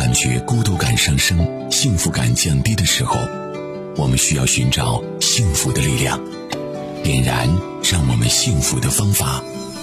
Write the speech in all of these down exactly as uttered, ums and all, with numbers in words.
感觉孤独感上升、幸福感降低的时候，我们需要寻找幸福的力量，点燃让我们幸福的方法。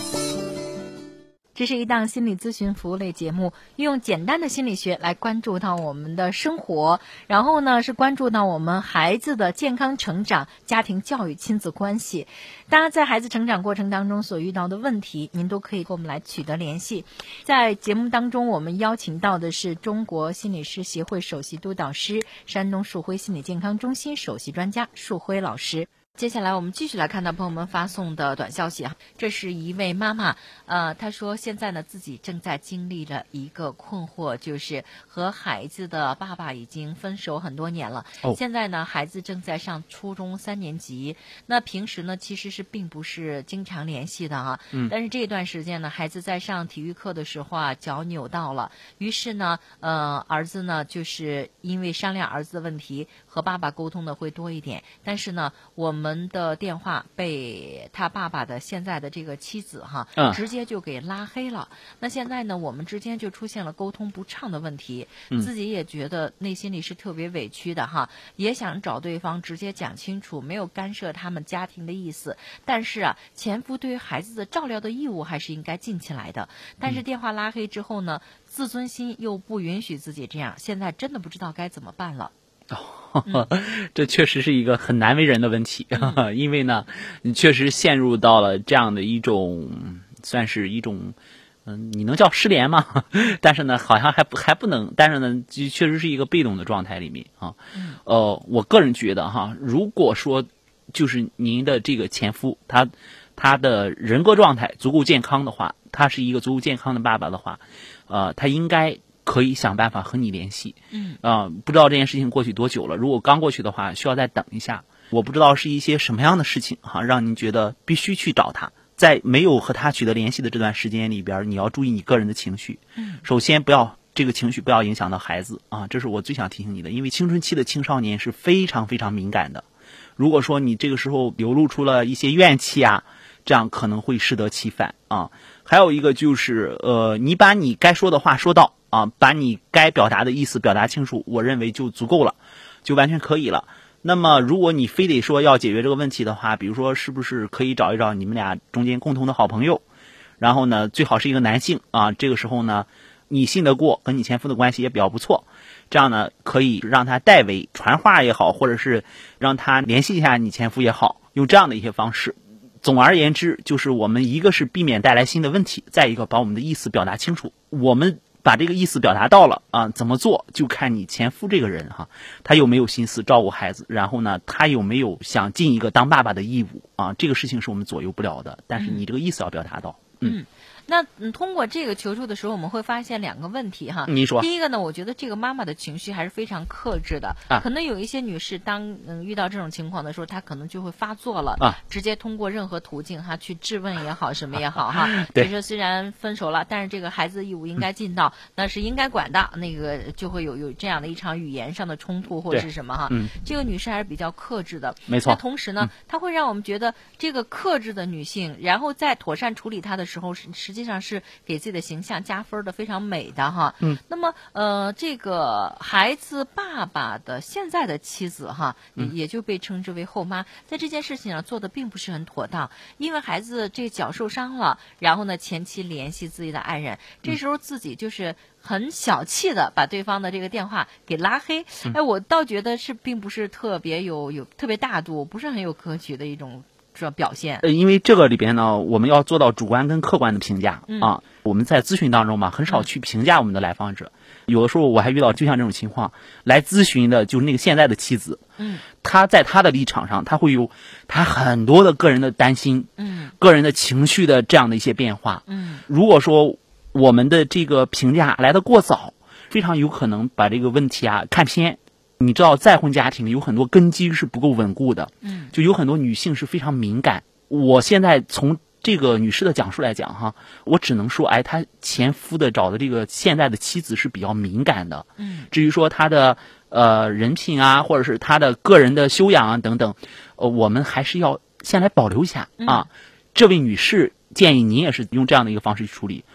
这是一档心理咨询服务类节目，用简单的心理学来关注到我们的生活，然后呢是关注到我们孩子的健康成长、家庭教育、亲子关系。大家在孩子成长过程当中所遇到的问题，您都可以跟我们来取得联系。在节目当中，我们邀请到的是中国心理师协会首席督导师、山东树辉心理健康中心首席专家树辉老师。接下来我们继续来看到朋友们发送的短消息啊，这是一位妈妈，呃，她说现在呢自己正在经历了一个困惑，就是和孩子的爸爸已经分手很多年了，哦、现在呢孩子正在上初中三年级，那平时呢其实是并不是经常联系的啊，嗯，但是这段时间呢孩子在上体育课的时候啊脚扭到了，于是呢呃儿子呢就是因为商量儿子的问题和爸爸沟通的会多一点，但是呢我们我们的电话被他爸爸的现在的这个妻子哈，嗯、直接就给拉黑了。那现在呢，我们之间就出现了沟通不畅的问题，嗯、自己也觉得内心里是特别委屈的哈，也想找对方直接讲清楚，没有干涉他们家庭的意思。但是啊，前夫对于孩子的照料的义务还是应该尽起来的。但是电话拉黑之后呢，自尊心又不允许自己这样，现在真的不知道该怎么办了。 哦，这确实是一个很难为人的问题，嗯、因为呢，你确实陷入到了这样的一种，算是一种，嗯，你能叫失联吗？但是呢，好像还不还不能，但是呢，确实是一个被动的状态里面啊。呃，我个人觉得哈，如果说就是您的这个前夫，他他的人格状态足够健康的话，他是一个足够健康的爸爸的话，呃，他应该可以想办法和你联系，嗯，啊、呃，不知道这件事情过去多久了。如果刚过去的话，需要再等一下。我不知道是一些什么样的事情哈，让您觉得必须去找他。在没有和他取得联系的这段时间里边，你要注意你个人的情绪。嗯，首先不要这个情绪不要影响到孩子啊，这是我最想提醒你的。因为青春期的青少年是非常非常敏感的。如果说你这个时候流露出了一些怨气啊，这样可能会适得其反啊。还有一个就是，呃，你把你该说的话说到。啊，把你该表达的意思表达清楚，我认为就足够了，就完全可以了。那么，如果你非得说要解决这个问题的话，比如说，是不是可以找一找你们俩中间共同的好朋友，然后呢，最好是一个男性啊。这个时候呢，你信得过，跟你前夫的关系也比较不错，这样呢，可以让他代为传话也好，或者是让他联系一下你前夫也好，用这样的一些方式。总而言之，就是我们一个是避免带来新的问题，再一个把我们的意思表达清楚。我们把这个意思表达到了啊，怎么做就看你前夫这个人哈，他有没有心思照顾孩子，然后呢，他有没有想尽一个当爸爸的义务啊？这个事情是我们左右不了的，但是你这个意思要表达到。嗯。嗯那嗯，通过这个求助的时候，我们会发现两个问题哈。 你说， 第一个呢，我觉得这个妈妈的情绪还是非常克制的。啊，可能有一些女士当嗯遇到这种情况的时候，她可能就会发作了，啊，直接通过任何途径哈去质问也好，什么也好哈。比如说虽然分手了，但是这个孩子的义务应该尽到，嗯、那是应该管的，那个就会有有这样的一场语言上的冲突或者是什么哈。嗯，这个女士还是比较克制的。 没错。 那同时呢，她、嗯、会让我们觉得这个克制的女性，然后在妥善处理她的时候，实实际上是给自己的形象加分的，非常美的哈。嗯，那么呃，这个孩子爸爸的现在的妻子哈，嗯、也就被称之为后妈，在这件事情上做的并不是很妥当，因为孩子这脚受伤了，然后呢前妻联系自己的爱人，这时候自己就是很小气的把对方的这个电话给拉黑。嗯、哎，我倒觉得是并不是特别有有特别大度，不是很有格局的一种。这表现， 呃，因为这个里边呢，我们要做到主观跟客观的评价、嗯、啊。我们在咨询当中嘛，很少去评价我们的来访者。嗯、有的时候我还遇到就像这种情况，来咨询的就是那个现在的妻子，嗯，他在他的立场上，他会有他很多的个人的担心，嗯，个人的情绪的这样的一些变化，嗯。如果说我们的这个评价来得过早，非常有可能把这个问题啊看偏。你知道再婚家庭有很多根基是不够稳固的，嗯，就有很多女性是非常敏感。我现在从这个女士的讲述来讲哈，我只能说，哎，她前夫的找的这个现在的妻子是比较敏感的，嗯，至于说她的呃人品啊，或者是她的个人的修养啊等等，呃，我们还是要先来保留一下啊。嗯、这位女士建议您也是用这样的一个方式去处理。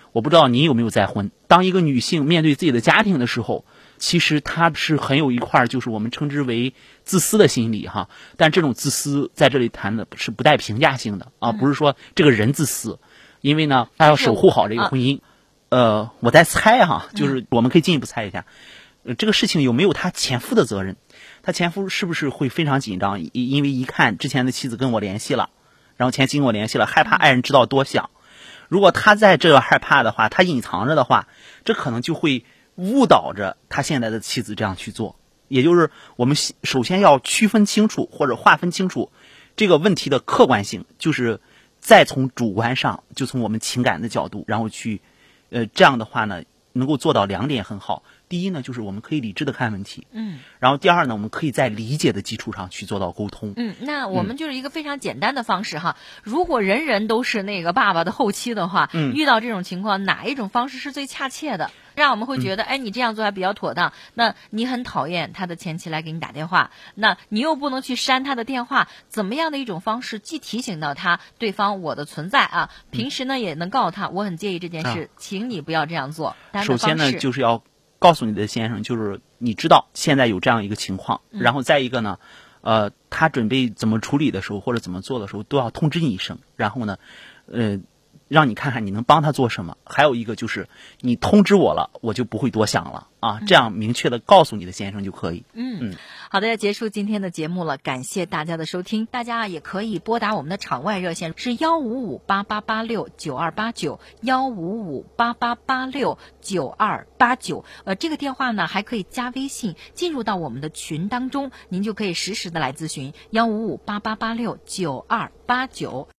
我不知道您有没有再婚。当一个女性面对自己的家庭的时候，其实她是很有一块就是我们称之为自私的心理哈。但这种自私在这里谈的是不带评价性的啊，不是说这个人自私，因为呢他要守护好这个婚姻。呃，我在猜哈，就是我们可以进一步猜一下，呃，这个事情有没有他前夫的责任？他前夫是不是会非常紧张？因因为一看之前的妻子跟我联系了，然后前妻跟我联系了，害怕爱人知道多想。如果他在这个害怕的话，他隐藏着的话，这可能就会误导着他现在的妻子这样去做。也就是我们首先要区分清楚或者划分清楚这个问题的客观性，就是再从主观上，就从我们情感的角度，然后去。呃，这样的话呢，能够做到两点很好。第一呢，就是我们可以理智的看问题， 嗯， 然后第二呢，我们可以在理解的基础上去做到沟通。 嗯，那我们就是一个非常简单的方式哈。嗯、如果人人都是那个爸爸的后妻的话，嗯，遇到这种情况，哪一种方式是最恰切的？让我们会觉得，嗯、哎，你这样做还比较妥当。那你很讨厌他的前妻来给你打电话，那你又不能去删他的电话，怎么样的一种方式，既提醒到他对方我的存在啊，平时呢也能告诉他我很介意这件事，啊、请你不要这样做。 首先呢，就是要告诉你的先生，就是你知道现在有这样一个情况，嗯、然后再一个呢，呃，他准备怎么处理的时候或者怎么做的时候，都要通知你一声，然后呢，呃。让你看看你能帮他做什么。还有一个就是你通知我了，我就不会多想了啊，这样明确的告诉你的先生就可以。 嗯嗯，好的，要结束今天的节目了，感谢大家的收听。大家也可以拨打我们的场外热线是幺五五八八八六九二八九幺五五八八八六九二八九。呃，这个电话呢还可以加微信进入到我们的群当中，您就可以实时的来咨询幺五五八八八六九二八九。